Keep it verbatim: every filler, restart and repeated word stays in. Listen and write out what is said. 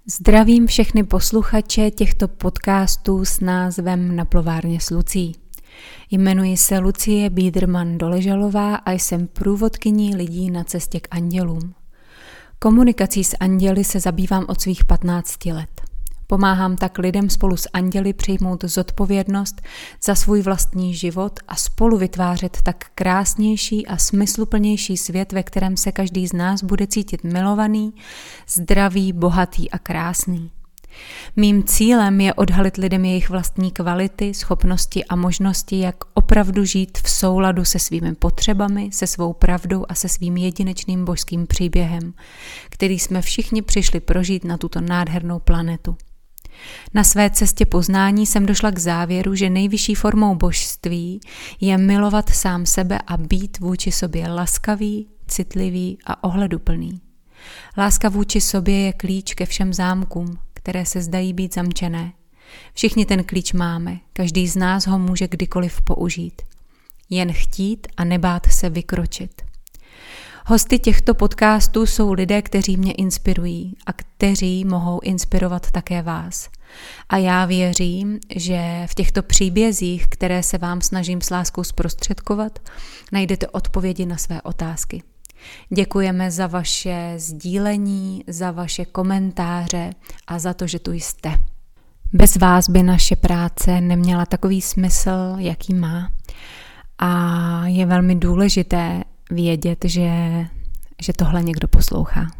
Zdravím všechny posluchače těchto podcastů s názvem Na plovárně s Lucí. Jmenuji se Lucie Biedermann-Doležalová a jsem průvodkyní lidí na cestě k andělům. Komunikací s anděli se zabývám od svých patnácti let. Pomáhám tak lidem spolu s anděli přijmout zodpovědnost za svůj vlastní život a spolu vytvářet tak krásnější a smysluplnější svět, ve kterém se každý z nás bude cítit milovaný, zdravý, bohatý a krásný. Mým cílem je odhalit lidem jejich vlastní kvality, schopnosti a možnosti, jak opravdu žít v souladu se svými potřebami, se svou pravdou a se svým jedinečným božským příběhem, který jsme všichni přišli prožít na tuto nádhernou planetu. Na své cestě poznání jsem došla k závěru, že nejvyšší formou božství je milovat sám sebe a být vůči sobě laskavý, citlivý a ohleduplný. Láska vůči sobě je klíč ke všem zámkům, které se zdají být zamčené. Všichni ten klíč máme, každý z nás ho může kdykoliv použít. Jen chtít a nebát se vykročit. Hosty těchto podcastů jsou lidé, kteří mě inspirují a kteří mohou inspirovat také vás. A já věřím, že v těchto příbězích, které se vám snažím s láskou zprostředkovat, najdete odpovědi na své otázky. Děkujeme za vaše sdílení, za vaše komentáře a za to, že tu jste. Bez vás by naše práce neměla takový smysl, jaký má. A je velmi důležité vědět, že, že tohle někdo poslouchá.